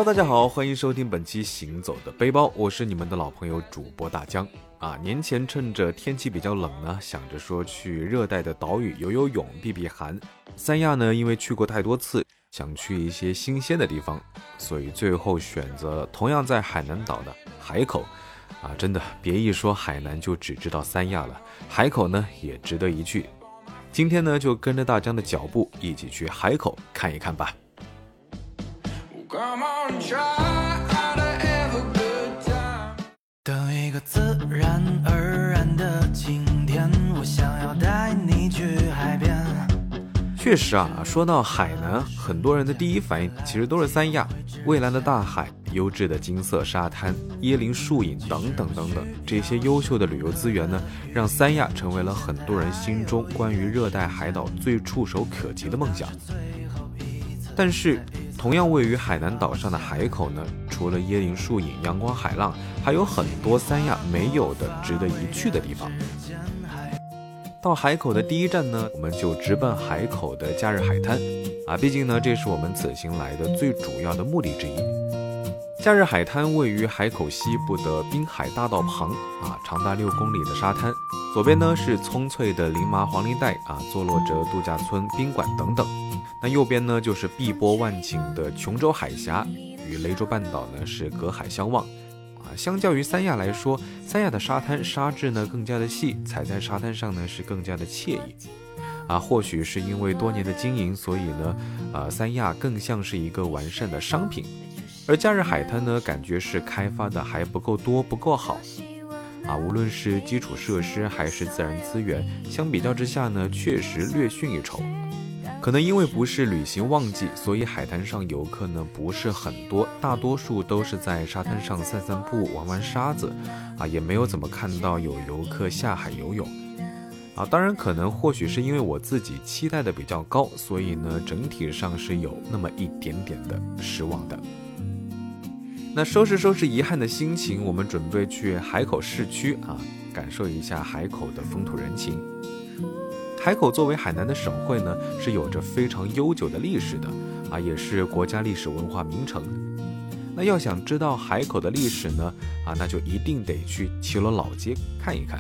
Hello， 大家好，欢迎收听本期行走的背包，我是你们的老朋友主播大江年前趁着天气比较冷呢，想着说去热带的岛屿游游泳避避寒。三亚呢，因为去过太多次，想去一些新鲜的地方，所以最后选择了同样在海南岛的海口真的别一说海南就只知道三亚了，海口呢也值得一去。今天呢就跟着大江的脚步一起去海口看一看吧。 等一个自然而然的晴天，我想要带你去海边。 确实说到海南，很多人的第一反应其实都是三亚，蔚蓝的大海，优质的金色沙滩，椰林树影等等等等，这些优秀的旅游资源呢，让三亚成为了很多人心中关于热带海岛最触手可及的梦想。但是同样位于海南岛上的海口呢，除了椰林树影、阳光海浪，还有很多三亚没有的值得一去的地方。到海口的第一站呢，我们就直奔海口的假日海滩毕竟呢，这是我们此行来的最主要的目的之一。假日海滩位于海口西部的滨海大道旁长达6公里的沙滩，左边呢是葱翠的林麻黄林带坐落着度假村、宾馆等等。那右边呢就是碧波万顷的琼州海峡，与雷州半岛呢是隔海相望相较于三亚来说，三亚的沙滩沙质呢更加的细，踩在沙滩上呢是更加的惬意或许是因为多年的经营，所以呢三亚更像是一个完善的商品。而假日海滩呢，感觉是开发的还不够多，不够好无论是基础设施还是自然资源，相比较之下呢，确实略逊一筹。可能因为不是旅行旺季，所以海滩上游客呢不是很多，大多数都是在沙滩上散散步、玩玩沙子也没有怎么看到有游客下海游泳当然可能或许是因为我自己期待的比较高，所以呢整体上是有那么一点点的失望的。那收拾遗憾的心情，我们准备去海口市区感受一下海口的风土人情。海口作为海南的省会呢，是有着非常悠久的历史的也是国家历史文化名城。那要想知道海口的历史呢那就一定得去骑楼老街看一看。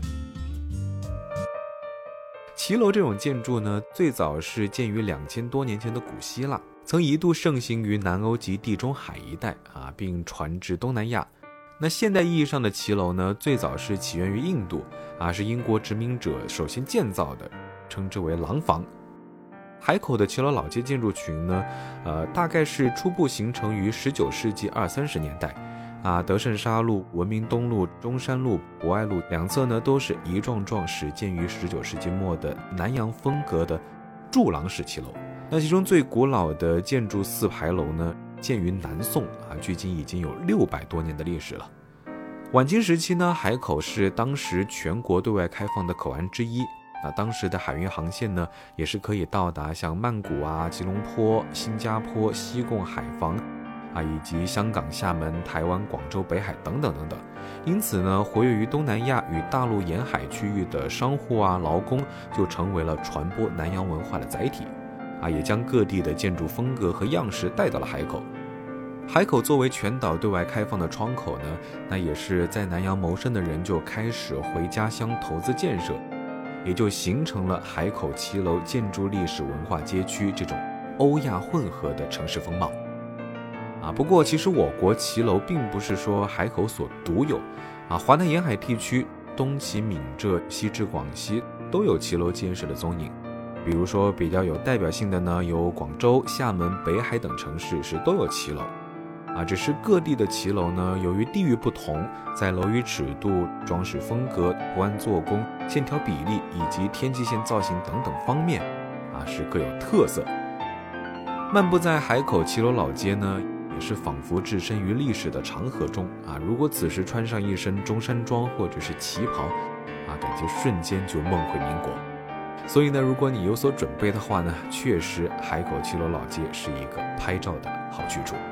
骑楼这种建筑呢，最早是建于2000多年前的古希腊，曾一度盛行于南欧及地中海一带并传至东南亚。那现代意义上的骑楼呢，最早是起源于印度是英国殖民者首先建造的，称之为廊坊。海口的骑楼老街建筑群呢大概是初步形成于19世纪20-30年代德胜沙路、文明东路、中山路、博爱路两侧呢，都是一幢幢始建于19世纪末的南洋风格的柱廊式骑楼。那其中最古老的建筑4牌楼呢，建于南宋距今已经有600多年的历史了。晚清时期呢，海口是当时全国对外开放的口岸之一当时的海运航线呢，也是可以到达像曼谷吉隆坡、新加坡、西贡、海防以及香港、厦门、台湾、广州、北海等等等等。因此呢，活跃于东南亚与大陆沿海区域的商户劳工就成为了传播南洋文化的载体也将各地的建筑风格和样式带到了海口。海口作为全岛对外开放的窗口呢，那也是在南洋谋生的人就开始回家乡投资建设，也就形成了海口骑楼建筑历史文化街区这种欧亚混合的城市风貌不过其实我国骑楼并不是说海口所独有华南沿海地区东起闽浙，西至广西都有骑楼建设的踪影。比如说比较有代表性的呢，有广州、厦门、北海等城市是都有骑楼只是各地的骑楼呢，由于地域不同，在楼宇尺度、装饰风格、图案做工、线条比例以及天际线造型等等方面是各有特色。漫步在海口骑楼老街呢，也是仿佛置身于历史的长河中如果此时穿上一身中山装或者是旗袍感觉瞬间就梦回民国。所以呢，如果你有所准备的话呢，确实海口骑楼老街是一个拍照的好去处。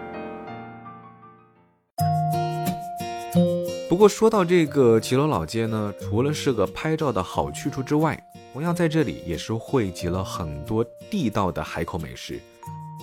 不过说到这个骑楼老街呢，除了是个拍照的好去处之外，同样在这里也是汇集了很多地道的海口美食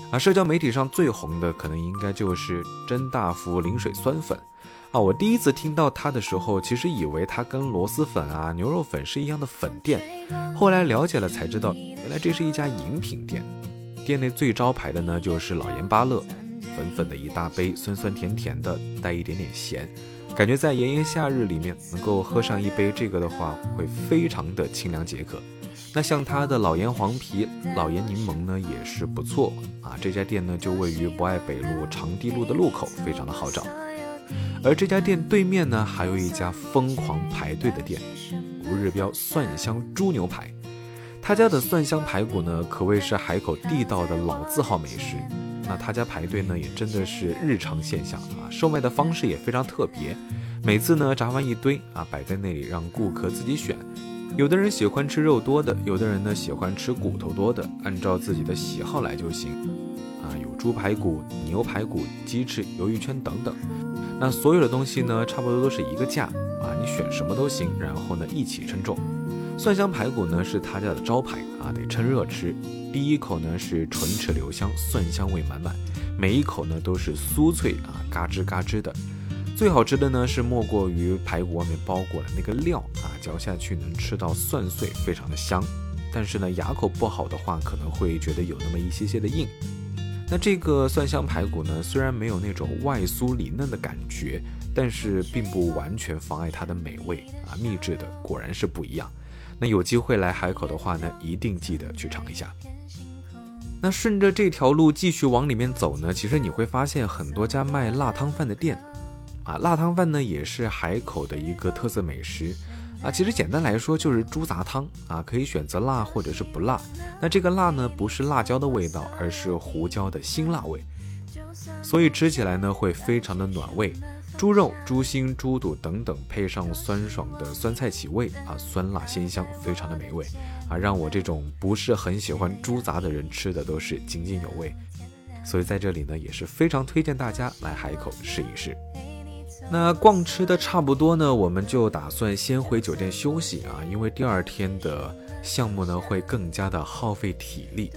社交媒体上最红的可能应该就是真大福零水酸粉我第一次听到它的时候，其实以为它跟螺蛳粉牛肉粉是一样的粉店，后来了解了才知道，原来这是一家饮品店。店内最招牌的呢就是老盐芭乐，粉粉的一大杯，酸酸甜甜的，带一点点咸，感觉在炎炎夏日里面能够喝上一杯这个的话，会非常的清凉解渴。那像它的老盐黄皮、老盐柠檬呢也是不错这家店呢就位于博爱北路长堤路的路口，非常的好找。而这家店对面呢还有一家疯狂排队的店，吴日标蒜香猪牛排。他家的蒜香排骨呢可谓是海口地道的老字号美食。那他家排队呢也真的是日常现象售卖的方式也非常特别。每次呢炸完一堆摆在那里让顾客自己选，有的人喜欢吃肉多的，有的人呢喜欢吃骨头多的，按照自己的喜好来就行有猪排骨、牛排骨、鸡翅、鱿鱼圈等等。那所有的东西呢差不多都是一个价你选什么都行，然后呢一起称重。蒜香排骨呢是他家的招牌得趁热吃。第一口呢是唇齿留香，蒜香味满满，每一口呢都是酥脆嘎吱嘎吱的。最好吃的呢是莫过于排骨外面包裹的那个料嚼下去能吃到蒜碎，非常的香。但是呢牙口不好的话可能会觉得有那么一些些的硬。那这个蒜香排骨呢虽然没有那种外酥里嫩的感觉，但是并不完全妨碍它的美味秘制的果然是不一样。那有机会来海口的话呢，一定记得去尝一下。那顺着这条路继续往里面走呢，其实你会发现很多家卖辣汤饭的店辣汤饭呢也是海口的一个特色美食其实简单来说就是猪杂汤可以选择辣或者是不辣。那这个辣呢不是辣椒的味道，而是胡椒的辛辣味，所以吃起来呢会非常的暖胃。猪肉、猪心、猪肚等等配上酸爽的酸菜起味酸辣鲜香，非常的美味让我这种不是很喜欢猪杂的人吃的都是津津有味。所以在这里呢也是非常推荐大家来海口试一试。那逛吃的差不多呢，我们就打算先回酒店休息因为第二天的项目呢会更加的耗费体力。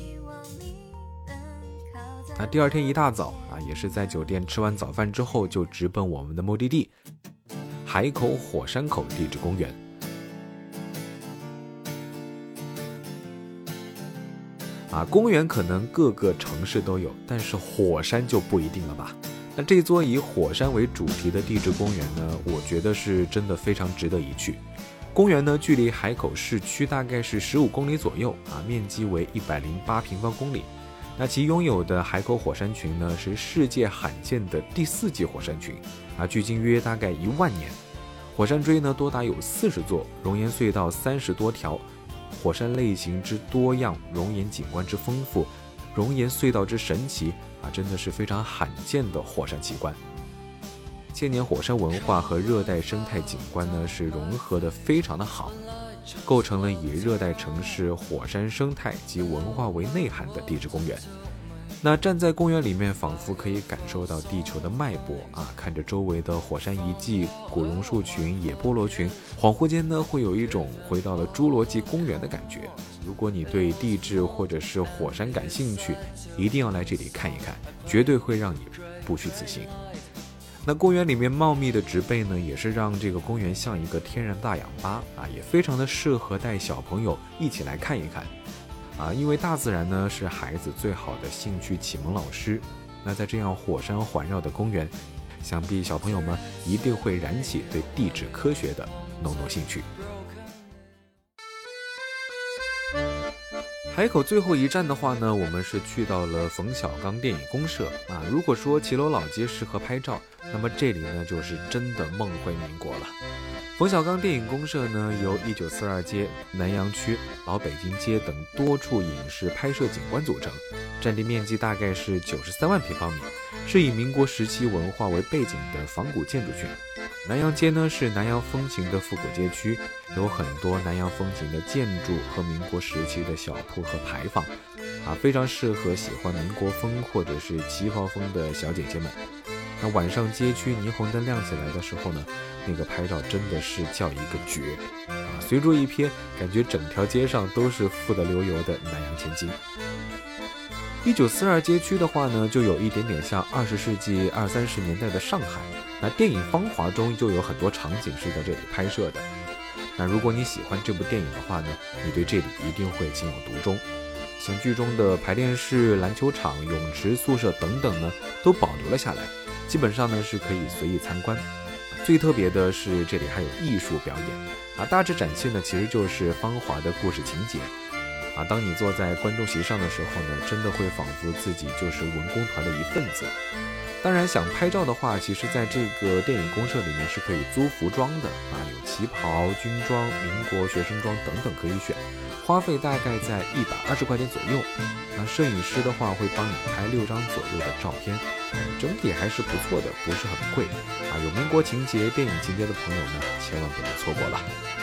那第二天一大早也是在酒店吃完早饭之后就直奔我们的目的地海口火山口地质公园。公园可能各个城市都有，但是火山就不一定了吧。那这座以火山为主题的地质公园呢，我觉得是真的非常值得一去。公园呢距离海口市区大概是15公里左右面积为108平方公里。那其拥有的海口火山群呢是世界罕见的第4纪火山群距今约大概1万年。火山锥呢多达有40座，熔岩隧道30多条，火山类型之多样，熔岩景观之丰富，熔岩隧道之神奇真的是非常罕见的火山奇观。千年火山文化和热带生态景观呢是融合的非常的好，构成了以热带城市火山生态及文化为内涵的地质公园。那站在公园里面，仿佛可以感受到地球的脉搏看着周围的火山遗迹、古榕树群、野菠萝群，恍惚间呢会有一种回到了侏罗纪公园的感觉。如果你对地质或者是火山感兴趣，一定要来这里看一看，绝对会让你不虚此行。那公园里面茂密的植被呢，也是让这个公园像一个天然大氧吧也非常的适合带小朋友一起来看一看因为大自然呢是孩子最好的兴趣启蒙老师。那在这样火山环绕的公园，想必小朋友们一定会燃起对地质科学的浓浓兴趣。海口最后一站的话呢，我们是去到了冯小刚电影公社如果说骑楼老街适合拍照，那么这里呢就是真的梦回民国了。冯小刚电影公社呢由1942街、南阳区、老北京街等多处影视拍摄景观组成，占地面积大概是93万平方米，是以民国时期文化为背景的仿古建筑群。南阳街呢是南阳风情的复古街区，有很多南阳风情的建筑和民国时期的小铺和牌坊非常适合喜欢民国风或者是旗袍风的小姐姐们。那晚上街区霓虹灯亮起来的时候呢，那个拍照真的是叫一个绝随着一瞥，感觉整条街上都是富得流油的南洋千金。 1942街区的话呢，就有一点点像20世纪20-30年代的上海。那电影《芳华》中就有很多场景是在这里拍摄的。那如果你喜欢这部电影的话呢，你对这里一定会情有独钟。像剧中的排练室、篮球场、泳池、宿舍等等呢，都保留了下来，基本上呢是可以随意参观。最特别的是这里还有艺术表演大致展现的其实就是《芳华》的故事情节当你坐在观众席上的时候呢，真的会仿佛自己就是文工团的一份子。当然想拍照的话，其实在这个电影公社里面是可以租服装的有旗袍、军装、民国学生装等等可以选，花费大概在120块钱左右。那摄影师的话会帮你拍6张左右的照片，整体还是不错的，不是很贵有民国情节、电影情节的朋友呢，千万不能错过了。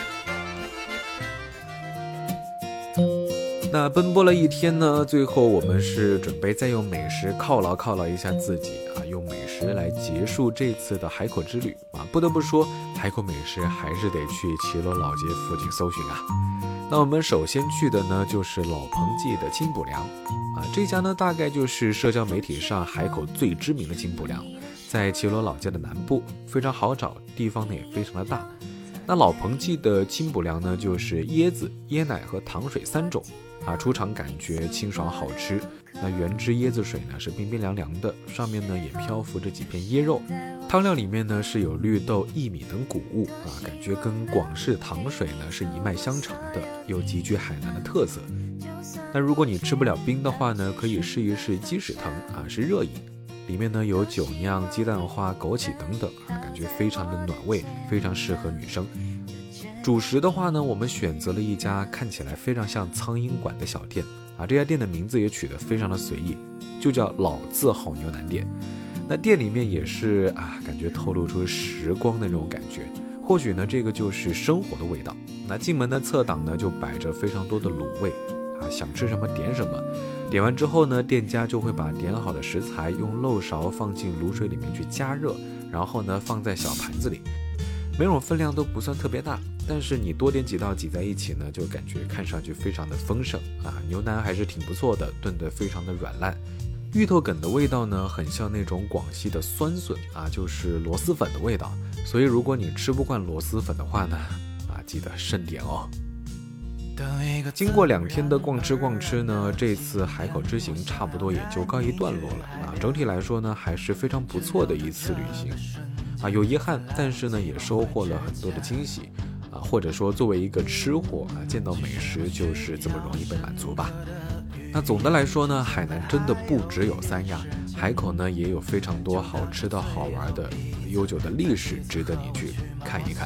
那奔波了一天呢，最后我们是准备再用美食犒劳一下自己用美食来结束这次的海口之旅不得不说，海口美食还是得去齐罗老街附近搜寻那我们首先去的呢，就是老彭记的清补凉这家呢大概就是社交媒体上海口最知名的清补凉，在齐罗老街的南部，非常好找，地方呢也非常的大。那老彭记的清补凉呢，就是椰子、椰奶和糖水3种出厂感觉清爽好吃。那原汁椰子水呢是冰冰凉凉的，上面呢也漂浮着几片椰肉，汤料里面呢是有绿豆、薏米等谷物感觉跟广式糖水呢是一脉相承的，又极具海南的特色。那如果你吃不了冰的话呢，可以试一试鸡屎藤是热饮，里面呢有酒酿、鸡蛋花、枸杞等等感觉非常的暖胃，非常适合女生。主食的话呢，我们选择了一家看起来非常像苍蝇馆的小店这家店的名字也取得非常的随意，就叫老字号牛腩店。那店里面也是感觉透露出时光的那种感觉，或许呢这个就是生活的味道。那进门的侧挡呢就摆着非常多的卤味想吃什么点什么，点完之后呢，店家就会把点好的食材用漏勺放进卤水里面去加热，然后呢放在小盘子里，每种分量都不算特别大，但是你多点几道挤在一起呢，就感觉看上去非常的丰盛牛腩还是挺不错的，炖得非常的软烂。芋头梗的味道呢，很像那种广西的酸笋就是螺蛳粉的味道，所以如果你吃不惯螺蛳粉的话呢记得慎点哦。经过2天的逛吃呢，这次海口之行差不多也就告一段落了整体来说呢，还是非常不错的一次旅行有遗憾，但是呢也收获了很多的惊喜或者说作为一个吃货见到美食就是这么容易被满足吧。那总的来说呢，海南真的不只有三亚，海口呢也有非常多好吃的好玩的悠久的历史值得你去看一看。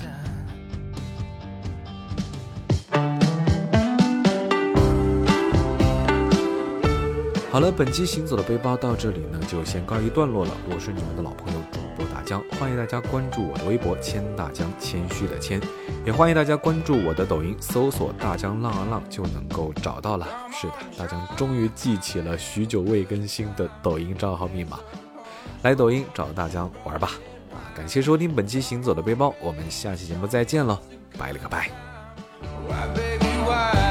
好了，本期行走的背包到这里呢就先告一段落了。我是你们的老朋友主播大江，欢迎大家关注我的微博谦大江，谦虚的谦，也欢迎大家关注我的抖音，搜索大江浪啊浪就能够找到了。是的，大江终于记起了许久未更新的抖音账号密码，来抖音找大江玩吧感谢收听本期行走的背包，我们下期节目再见了，拜了个拜。